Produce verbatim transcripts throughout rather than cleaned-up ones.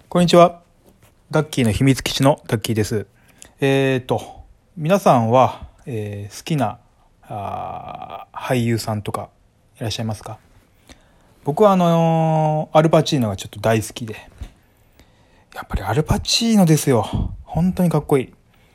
こんにちは。ガッキーの秘密基地のガッキーです。えーと、皆さんは、えー好きなあー俳優さんとかいらっしゃいますか？僕はあのーアルパチーノがちょっと大好きで、やっぱりアルパチーノですよ。本当にかっこいい。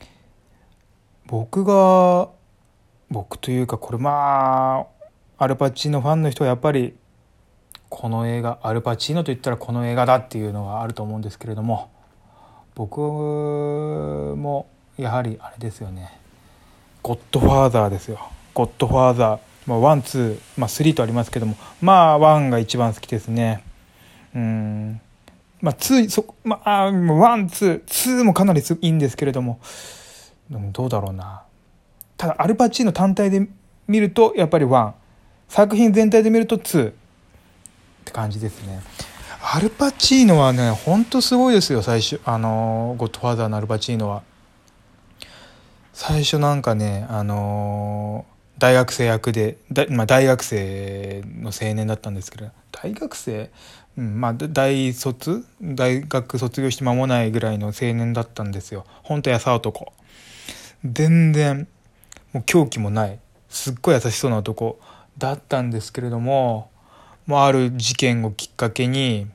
僕が、僕というかこれまあ、アルパチーノファンの人はやっぱりこの映画、アルパチーノといったらこの映画だっていうのがあると思うんですけれども、僕もやはりあれですよね、ゴッドファーザーですよ。ゴッドファーザー、まあ、ワンツー、まあ、スリーとありますけども、まあワンが一番好きですね。うんまあツー、そまあワンツーツーもかなりいいんですけれども、でもどうだろうな。ただアルパチーノ単体で見るとやっぱりワン、作品全体で見るとツーって感じですね。アルパチーノはね、ほんとすごいですよ。最初あのゴッドファーザーのアルパチーノは最初なんかね、あのー、大学生役でだ、まあ、大学生の青年だったんですけど、大学生、うんまあ、大卒大学卒業して間もないぐらいの青年だったんですよ。ほんと優男、全然もう狂気もない、すっごい優しそうな男だったんですけれども、もうある事件をきっかけに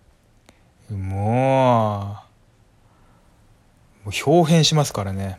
もうもう表変しますからね。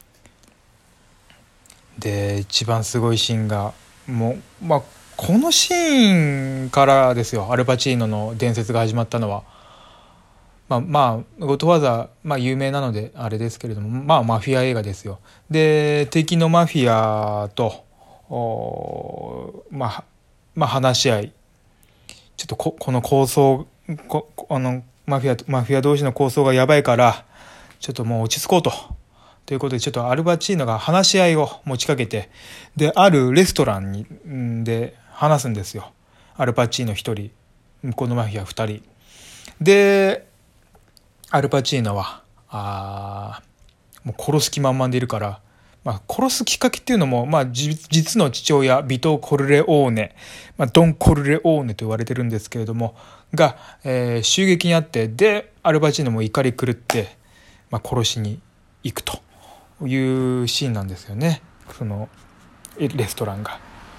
で一番すごいシーンがもう、まあ、このシーンからですよ、アルパチーノの伝説が始まったのは。まあまあゴッドファーザー、まあ、有名なのであれですけれども、まあマフィア映画ですよ。で敵のマフィアとまあまあ話し合い、ちょっと こ, この構想こあのマフィアマフィア同士の構想がやばいから、ちょっともう落ち着こうとということで、ちょっとアルパチーノが話し合いを持ちかけて、であるレストランにで話すんですよ。アルパチーノ一人、向こうのマフィア二人で、アルパチーノはあもう殺す気満々でいるから、まあ、殺すきっかけっていうのも、まあ、実の父親ビト・コルレオーネ、まあ、ドン・コルレオーネと言われてるんですけれどもが、えー、襲撃にあって、でアルパチーノも怒り狂って、まあ、殺しに行くというシーンなんですよね、そのレストランが。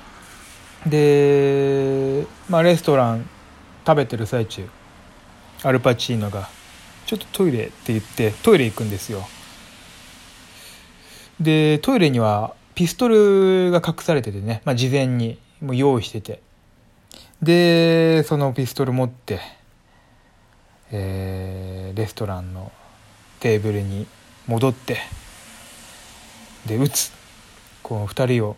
で、まあ、レストラン食べてる最中、アルパチーノがちょっとトイレって言ってトイレ行くんですよ。でトイレにはピストルが隠されててね、まあ、事前にもう用意してて、でそのピストル持って、えー、レストランのテーブルに戻って、で撃つ、このふたりを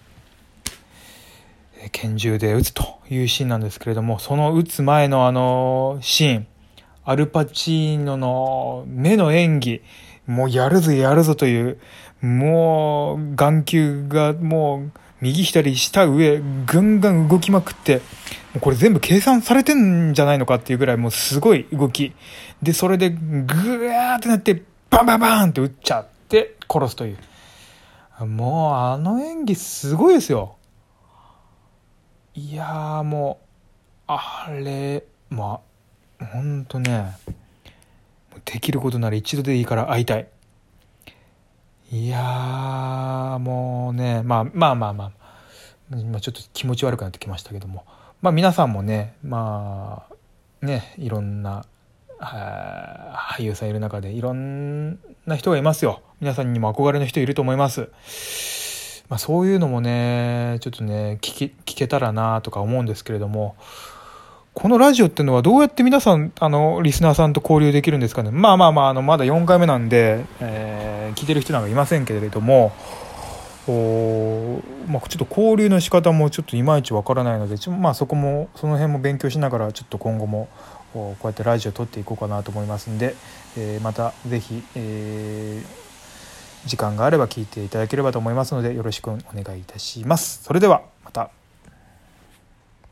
拳銃で撃つというシーンなんですけれども、その撃つ前のあのシーン、アルパチーノの目の演技、もうやるぞやるぞという、もう眼球がもう右左下上ぐんぐん動きまくって、もうこれ全部計算されてんじゃないのかっていうぐらいもうすごい動きで、それでグワーってなってバンバンバンって撃っちゃって殺すという、もうあの演技すごいですよ。いやーもうあれまあほんとね、できることなら一度でいいから会いたい。いやーもうね、まあまあまあまあ今ちょっと気持ち悪くなってきましたけども、まあ皆さんもね、まあね、いろんな俳優さんいる中でいろんな人がいますよ。皆さんにも憧れの人いると思います。まあ、そういうのもねちょっとね聞き聞けたらなとか思うんですけれども、このラジオっていうのはどうやって皆さんあのリスナーさんと交流できるんですかね。まあまあまあ、あのまだよんかいめなんで、えー、聞いてる人なんかいませんけれども、お、まあ、ちょっと交流の仕方もちょっといまいちわからないので、ちょ、まあ、そこもその辺も勉強しながらちょっと今後もこうやってラジオ撮っていこうかなと思いますんで、えー、またぜひ、えー、時間があれば聞いていただければと思いますのでよろしくお願いいたします。それでは。